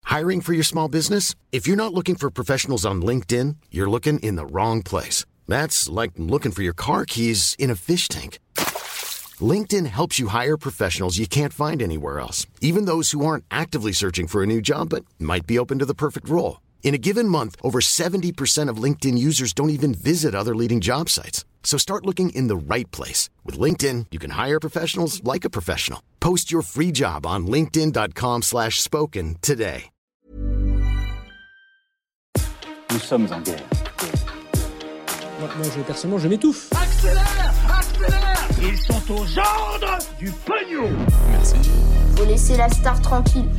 Hiring for your small business? If you're not looking for professionals on LinkedIn, you're looking in the wrong place. That's like looking for your car keys in a fish tank. LinkedIn helps you hire professionals you can't find anywhere else, even those who aren't actively searching for a new job but might be open to the perfect role. In a given month, over 70% of LinkedIn users don't even visit other leading job sites. So start looking in the right place. With LinkedIn, you can hire professionals like a professional. Post your free job on linkedin.com/spoken today. Nous sommes en guerre. Moi, personnellement, je m'étouffe. Accélère! Accélère! Ils sont aux ordres du pognon! Merci. Faut laisser la star tranquille.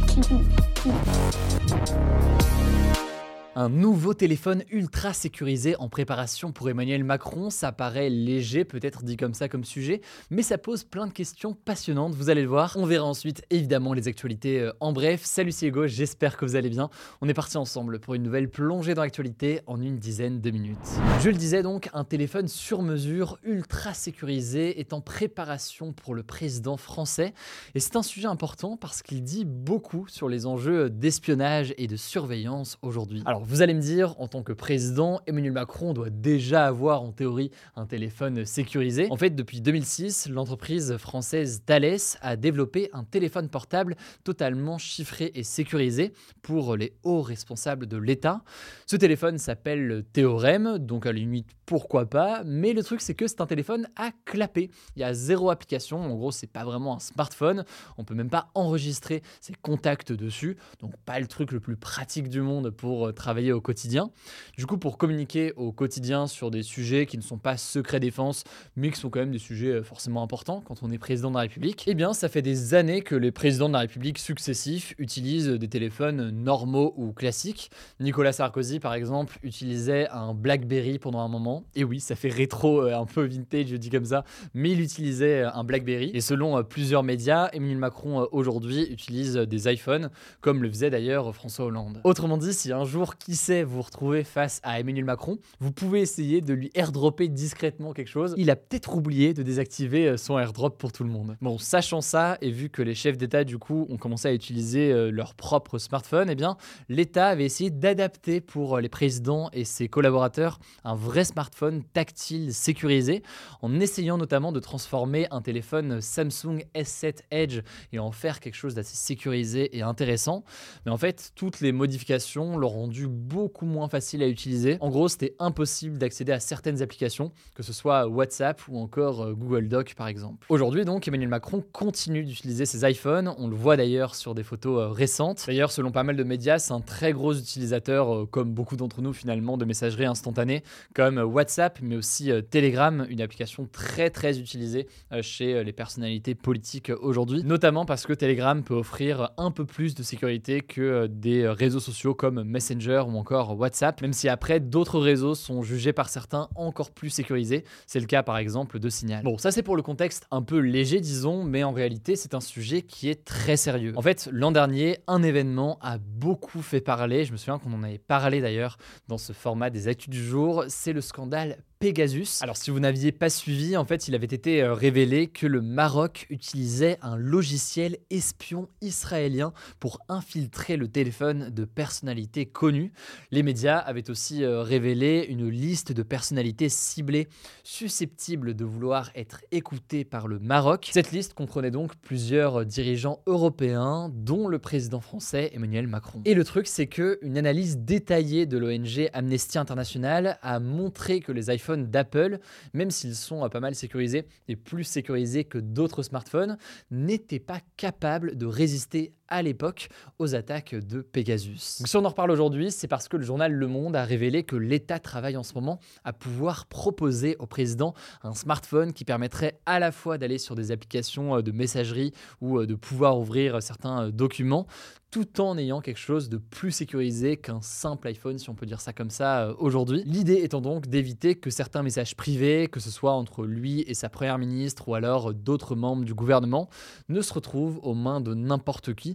Un nouveau téléphone ultra sécurisé en préparation pour Emmanuel Macron, ça paraît léger, peut-être dit comme ça comme sujet, mais ça pose plein de questions passionnantes, vous allez le voir. On verra ensuite évidemment les actualités en bref. Salut, c'est Hugo, j'espère que vous allez bien. On est parti ensemble pour une nouvelle plongée dans l'actualité en une dizaine de minutes. Je le disais donc, un téléphone sur mesure ultra sécurisé est en préparation pour le président français. Et c'est un sujet important parce qu'il dit beaucoup sur les enjeux d'espionnage et de surveillance aujourd'hui. Alors vous allez me dire, en tant que président, Emmanuel Macron doit déjà avoir en théorie un téléphone sécurisé. En fait, depuis 2006, l'entreprise française Thales a développé un téléphone portable totalement chiffré et sécurisé pour les hauts responsables de l'État. Ce téléphone s'appelle Théorème, donc à la limite pourquoi pas, mais le truc c'est que c'est un téléphone à clapet. Il y a 0 application, en gros c'est pas vraiment un smartphone, on peut même pas enregistrer ses contacts dessus, donc pas le truc le plus pratique du monde pour travailler au quotidien. Du coup, pour communiquer au quotidien sur des sujets qui ne sont pas secret défense, mais qui sont quand même des sujets forcément importants quand on est président de la République, eh bien ça fait des années que les présidents de la République successifs utilisent des téléphones normaux ou classiques. Nicolas Sarkozy par exemple utilisait un BlackBerry pendant un moment. Et oui, ça fait rétro, un peu vintage, je dis comme ça, mais il utilisait un BlackBerry. Et selon plusieurs médias, Emmanuel Macron aujourd'hui utilise des iPhones, comme le faisait d'ailleurs François Hollande. Autrement dit, si un jour, qui sait, vous vous retrouvez face à Emmanuel Macron, vous pouvez essayer de lui airdropper discrètement quelque chose. Il a peut-être oublié de désactiver son airdrop pour tout le monde. Bon, sachant ça, et vu que les chefs d'État du coup ont commencé à utiliser leur propre smartphone, eh bien l'État avait essayé d'adapter pour les présidents et ses collaborateurs un vrai smartphone tactile sécurisé, en essayant notamment de transformer un téléphone Samsung S7 Edge et en faire quelque chose d'assez sécurisé et intéressant. Mais en fait, toutes les modifications l'ont rendu beaucoup moins facile à utiliser. En gros, c'était impossible d'accéder à certaines applications, que ce soit WhatsApp ou encore Google Doc par exemple. Aujourd'hui donc, Emmanuel Macron continue d'utiliser ses iPhones, on le voit d'ailleurs sur des photos récentes. D'ailleurs, selon pas mal de médias, c'est un très gros utilisateur, comme beaucoup d'entre nous finalement, de messagerie instantanée, comme WhatsApp, mais aussi Telegram, une application très très utilisée chez les personnalités politiques aujourd'hui, notamment parce que Telegram peut offrir un peu plus de sécurité que des réseaux sociaux comme Messenger ou encore WhatsApp, même si après d'autres réseaux sont jugés par certains encore plus sécurisés. C'est le cas par exemple de Signal. Bon, ça c'est pour le contexte un peu léger disons, mais en réalité c'est un sujet qui est très sérieux. En fait, l'an dernier, un événement a beaucoup fait parler, je me souviens qu'on en avait parlé d'ailleurs dans ce format des actus du jour, c'est le scandale Pegasus. Alors si vous n'aviez pas suivi, en fait il avait été révélé que le Maroc utilisait un logiciel espion israélien pour infiltrer le téléphone de personnalités connues. Les médias avaient aussi révélé une liste de personnalités ciblées susceptibles de vouloir être écoutées par le Maroc. Cette liste comprenait donc plusieurs dirigeants européens, dont le président français Emmanuel Macron. Et le truc c'est qu'une analyse détaillée de l'ONG Amnesty International a montré que les iPhones d'Apple, même s'ils sont pas mal sécurisés et plus sécurisés que d'autres smartphones, n'étaient pas capables de résister à l'époque aux attaques de Pegasus. Donc si on en reparle aujourd'hui, c'est parce que le journal Le Monde a révélé que l'État travaille en ce moment à pouvoir proposer au président un smartphone qui permettrait à la fois d'aller sur des applications de messagerie ou de pouvoir ouvrir certains documents, tout en ayant quelque chose de plus sécurisé qu'un simple iPhone, si on peut dire ça comme ça aujourd'hui. L'idée étant donc d'éviter que certains messages privés, que ce soit entre lui et sa première ministre ou alors d'autres membres du gouvernement, ne se retrouvent aux mains de n'importe qui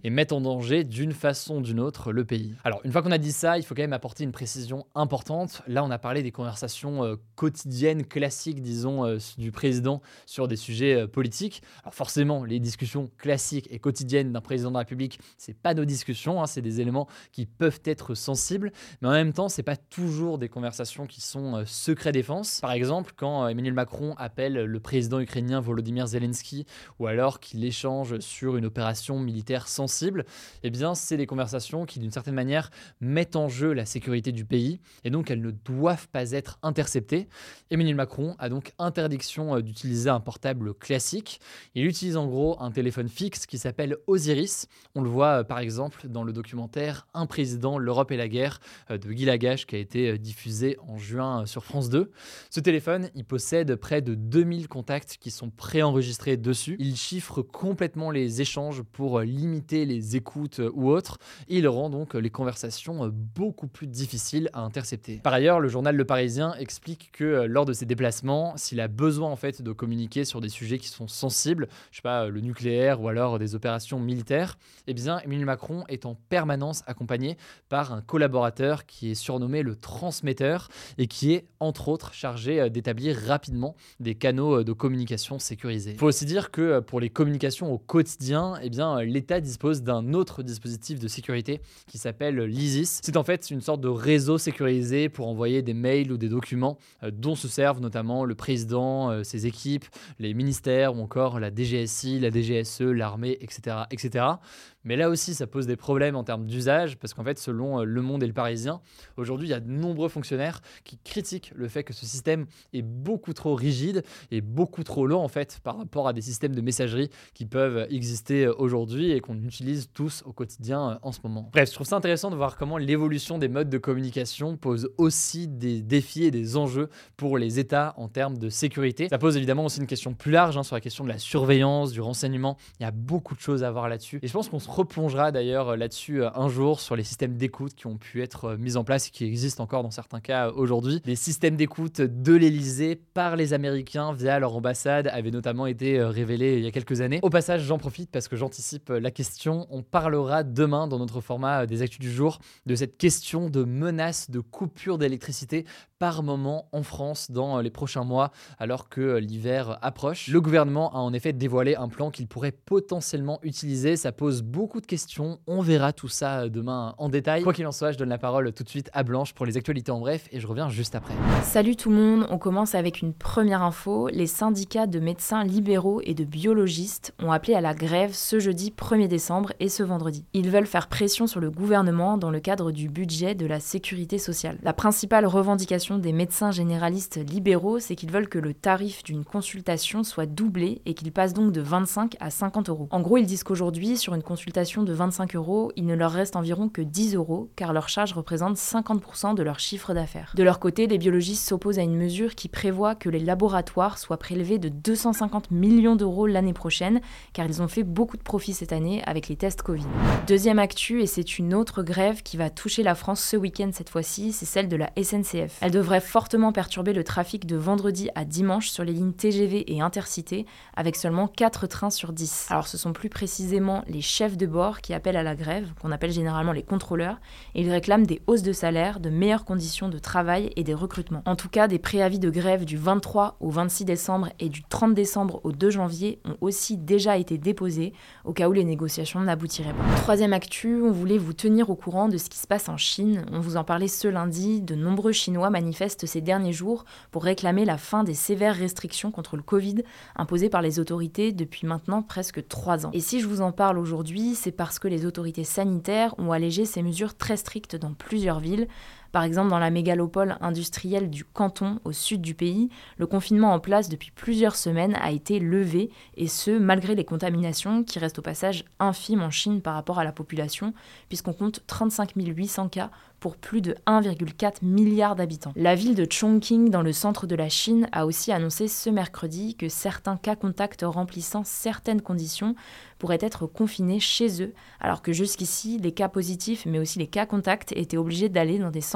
et mettent en danger d'une façon ou d'une autre le pays. Alors une fois qu'on a dit ça, il faut quand même apporter une précision importante. Là on a parlé des conversations quotidiennes, classiques disons, du président sur des sujets politiques. Alors forcément les discussions classiques et quotidiennes d'un président de la République, c'est pas nos discussions, c'est des éléments qui peuvent être sensibles, mais en même temps c'est pas toujours des conversations qui sont secret défense. Par exemple quand Emmanuel Macron appelle le président ukrainien Volodymyr Zelensky ou alors qu'il échange sur une opération militaire sensible, eh bien c'est des conversations qui d'une certaine manière mettent en jeu la sécurité du pays et donc elles ne doivent pas être interceptées. Emmanuel Macron a donc interdiction d'utiliser un portable classique. Il utilise en gros un téléphone fixe qui s'appelle Osiris. On le voit par exemple dans le documentaire Un président, l'Europe et la guerre de Guy Lagache qui a été diffusé en juin sur France 2. Ce téléphone, il possède près de 2000 contacts qui sont préenregistrés dessus. Il chiffre complètement les échanges pour limiter les écoutes ou autres et il rend donc les conversations beaucoup plus difficiles à intercepter. Par ailleurs, le journal Le Parisien explique que lors de ses déplacements, s'il a besoin en fait de communiquer sur des sujets qui sont sensibles, je sais pas, le nucléaire ou alors des opérations militaires, eh bien Emmanuel Macron est en permanence accompagné par un collaborateur qui est surnommé le transmetteur et qui est entre autres chargé d'établir rapidement des canaux de communication sécurisés. Il faut aussi dire que pour les communications au quotidien, eh bien l'État dispose d'un autre dispositif de sécurité qui s'appelle l'ISIS. C'est en fait une sorte de réseau sécurisé pour envoyer des mails ou des documents dont se servent notamment le président, ses équipes, les ministères ou encore la DGSI, la DGSE, l'armée, etc., etc. Mais là aussi, ça pose des problèmes en termes d'usage parce qu'en fait, selon Le Monde et Le Parisien, aujourd'hui, il y a de nombreux fonctionnaires qui critiquent le fait que ce système est beaucoup trop rigide et beaucoup trop lent en fait par rapport à des systèmes de messagerie qui peuvent exister aujourd'hui et qu'on utilise tous au quotidien en ce moment. Bref, je trouve ça intéressant de voir comment l'évolution des modes de communication pose aussi des défis et des enjeux pour les États en termes de sécurité. Ça pose évidemment aussi une question plus large sur la question de la surveillance, du renseignement. Il y a beaucoup de choses à voir là-dessus. Et je pense qu'on se replongera d'ailleurs là-dessus un jour sur les systèmes d'écoute qui ont pu être mis en place et qui existent encore dans certains cas aujourd'hui. Les systèmes d'écoute de l'Elysée par les Américains via leur ambassade avaient notamment été révélés il y a quelques années. Au passage, j'en profite parce que j'anticipe la question. On parlera demain dans notre format des Actus du jour de cette question de menace de coupure d'électricité par moment en France dans les prochains mois alors que l'hiver approche. Le gouvernement a en effet dévoilé un plan qu'il pourrait potentiellement utiliser. Ça pose beaucoup de questions. On verra tout ça demain en détail. Quoi qu'il en soit, je donne la parole tout de suite à Blanche pour les actualités en bref et je reviens juste après. Salut tout le monde, on commence avec une première info. Les syndicats de médecins libéraux et de biologistes ont appelé à la grève ce jeudi 1er décembre et ce vendredi. Ils veulent faire pression sur le gouvernement dans le cadre du budget de la sécurité sociale. La principale revendication des médecins généralistes libéraux, c'est qu'ils veulent que le tarif d'une consultation soit doublé et qu'il passe donc de 25 à 50 euros. En gros, ils disent qu'aujourd'hui, sur une consultation de 25 euros, il ne leur reste environ que 10 euros, car leur charge représente 50% de leur chiffre d'affaires. De leur côté, les biologistes s'opposent à une mesure qui prévoit que les laboratoires soient prélevés de 250 millions d'euros l'année prochaine, car ils ont fait beaucoup de profits cette année avec les tests Covid. Deuxième actu, et c'est une autre grève qui va toucher la France ce week-end cette fois-ci, c'est celle de la SNCF. Elle devrait fortement perturber le trafic de vendredi à dimanche sur les lignes TGV et Intercités, avec seulement 4 trains sur 10. Alors ce sont plus précisément les chefs de bord qui appellent à la grève, qu'on appelle généralement les contrôleurs, et ils réclament des hausses de salaire, de meilleures conditions de travail et des recrutements. En tout cas, des préavis de grève du 23 au 26 décembre et du 30 décembre au 2 janvier ont aussi déjà été déposés, au cas où les négociations n'aboutiraient pas. Troisième actu, on voulait vous tenir au courant de ce qui se passe en Chine. On vous en parlait ce lundi, de nombreux Chinois manifestent ces derniers jours pour réclamer la fin des sévères restrictions contre le Covid imposées par les autorités depuis maintenant presque 3 ans. Et si je vous en parle aujourd'hui, c'est parce que les autorités sanitaires ont allégé ces mesures très strictes dans plusieurs villes. Par exemple, dans la mégalopole industrielle du Canton, au sud du pays, le confinement en place depuis plusieurs semaines a été levé, et ce, malgré les contaminations qui restent au passage infimes en Chine par rapport à la population, puisqu'on compte 35 800 cas pour plus de 1,4 milliard d'habitants. La ville de Chongqing, dans le centre de la Chine, a aussi annoncé ce mercredi que certains cas contacts remplissant certaines conditions pourraient être confinés chez eux, alors que jusqu'ici, les cas positifs, mais aussi les cas contacts, étaient obligés d'aller dans des centres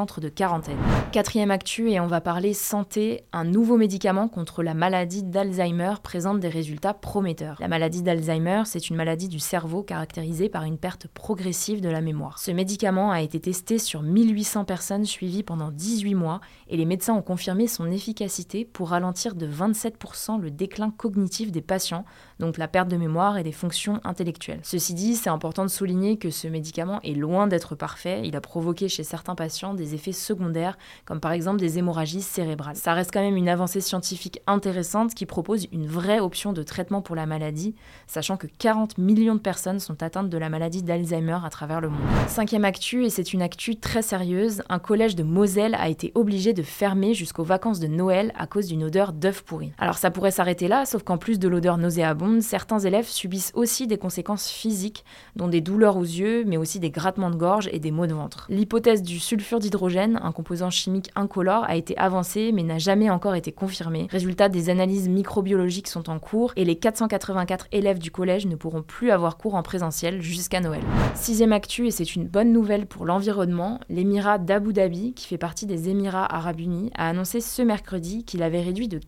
centre de quarantaine. 4e actu, et on va parler santé. Un nouveau médicament contre la maladie d'Alzheimer présente des résultats prometteurs. La maladie d'Alzheimer, c'est une maladie du cerveau caractérisée par une perte progressive de la mémoire. Ce médicament a été testé sur 1800 personnes suivies pendant 18 mois et les médecins ont confirmé son efficacité pour ralentir de 27% le déclin cognitif des patients, donc la perte de mémoire et des fonctions intellectuelles. Ceci dit, c'est important de souligner que ce médicament est loin d'être parfait. Il a provoqué chez certains patients des effets secondaires, comme par exemple des hémorragies cérébrales. Ça reste quand même une avancée scientifique intéressante qui propose une vraie option de traitement pour la maladie, sachant que 40 millions de personnes sont atteintes de la maladie d'Alzheimer à travers le monde. 5e actu, et c'est une actu très sérieuse, un collège de Moselle a été obligé de fermer jusqu'aux vacances de Noël à cause d'une odeur d'œuf pourri. Alors ça pourrait s'arrêter là, sauf qu'en plus de l'odeur nauséabonde, certains élèves subissent aussi des conséquences physiques, dont des douleurs aux yeux, mais aussi des grattements de gorge et des maux de ventre. L'hypothèse du sulfure d'hydrogène, un composant chimique incolore, a été avancée, mais n'a jamais encore été confirmée. Résultat, des analyses microbiologiques sont en cours et les 484 élèves du collège ne pourront plus avoir cours en présentiel jusqu'à Noël. 6e actu, et c'est une bonne nouvelle pour l'environnement, l'émirat d'Abu Dhabi, qui fait partie des Émirats arabes unis, a annoncé ce mercredi qu'il avait réduit de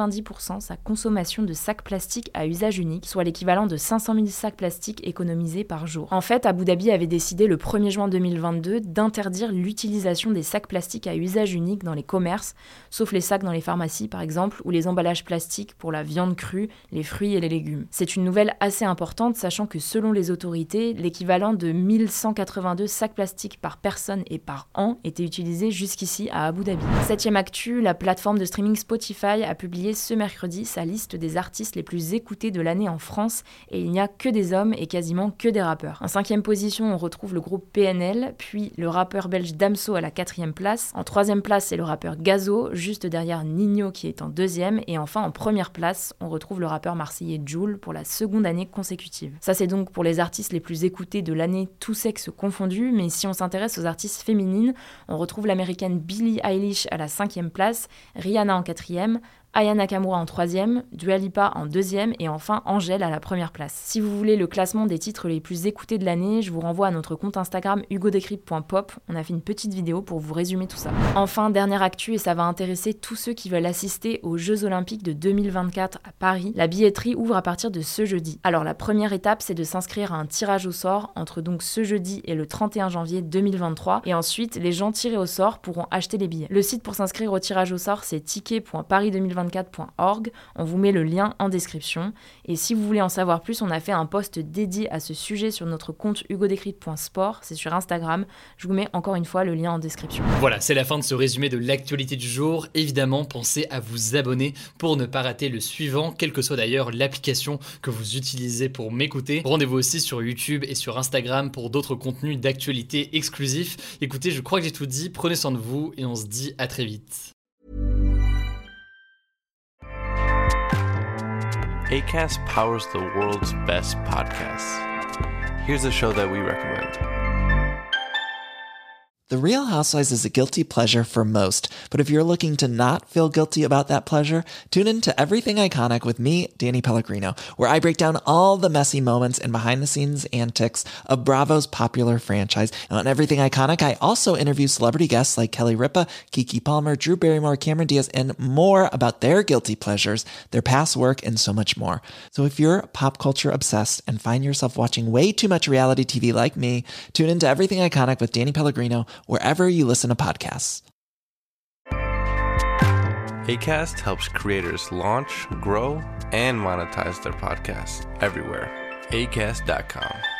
90% sa consommation de sacs plastiques à usage unique, soit l'équivalent de 500 000 sacs plastiques économisés par jour. En fait, Abu Dhabi avait décidé le 1er juin 2022 d'interdire l'utilisation des sacs plastiques à usage unique dans les commerces, sauf les sacs dans les pharmacies par exemple, ou les emballages plastiques pour la viande crue, les fruits et les légumes. C'est une nouvelle assez importante, sachant que selon les autorités, l'équivalent de 1182 sacs plastiques par personne et par an était utilisé jusqu'ici à Abu Dhabi. 7e actu, la plateforme de streaming Spotify a publié ce mercredi sa liste des artistes les plus écoutés de l'année en France, et il n'y a que des hommes et quasiment que des rappeurs. En 5e position, on retrouve le groupe PNL, puis le rappeur belge Damso à la 4e place. En 3e place, c'est le rappeur Gazo, juste derrière Ninho qui est en 2e, et enfin en 1re place, on retrouve le rappeur marseillais Jul pour la 2e année consécutive. Ça c'est donc pour les artistes les plus écoutés de l'année, tous sexes confondus, mais si on s'intéresse aux artistes féminines, on retrouve l'américaine Billie Eilish à la 5e place, Rihanna en 4e, Aya Nakamura en 3e, Dua Lipa en 2e et enfin Angèle à la 1re place. Si vous voulez le classement des titres les plus écoutés de l'année, je vous renvoie à notre compte Instagram hugodecrypte.pop. On a fait une petite vidéo pour vous résumer tout ça. Enfin, dernière actu, et ça va intéresser tous ceux qui veulent assister aux Jeux Olympiques de 2024 à Paris. La billetterie ouvre à partir de ce jeudi. Alors la première étape, c'est de s'inscrire à un tirage au sort entre donc ce jeudi et le 31 janvier 2023. Et ensuite, les gens tirés au sort pourront acheter les billets. Le site pour s'inscrire au tirage au sort, c'est ticket.paris2024.org. On vous met le lien en description. Et si vous voulez en savoir plus, on a fait un post dédié à ce sujet sur notre compte hugodecrypte.sport. C'est sur Instagram. Je vous mets encore une fois le lien en description. Voilà, c'est la fin de ce résumé de l'actualité du jour. Évidemment, pensez à vous abonner pour ne pas rater le suivant, quelle que soit d'ailleurs l'application que vous utilisez pour m'écouter. Rendez-vous aussi sur YouTube et sur Instagram pour d'autres contenus d'actualité exclusifs. Écoutez, je crois que j'ai tout dit. Prenez soin de vous et on se dit à très vite. Acast powers the world's best podcasts. Here's a show that we recommend. The Real Housewives is a guilty pleasure for most, but if you're looking to not feel guilty about that pleasure, tune in to Everything Iconic with me, Danny Pellegrino, where I break down all the messy moments and behind-the-scenes antics of Bravo's popular franchise. And on Everything Iconic, I also interview celebrity guests like Kelly Ripa, Keke Palmer, Drew Barrymore, Cameron Diaz, and more about their guilty pleasures, their past work, and so much more. So if you're pop culture obsessed and find yourself watching way too much reality TV like me, tune in to Everything Iconic with Danny Pellegrino, wherever you listen to podcasts. Acast helps creators launch, grow, and monetize their podcasts everywhere. Acast.com.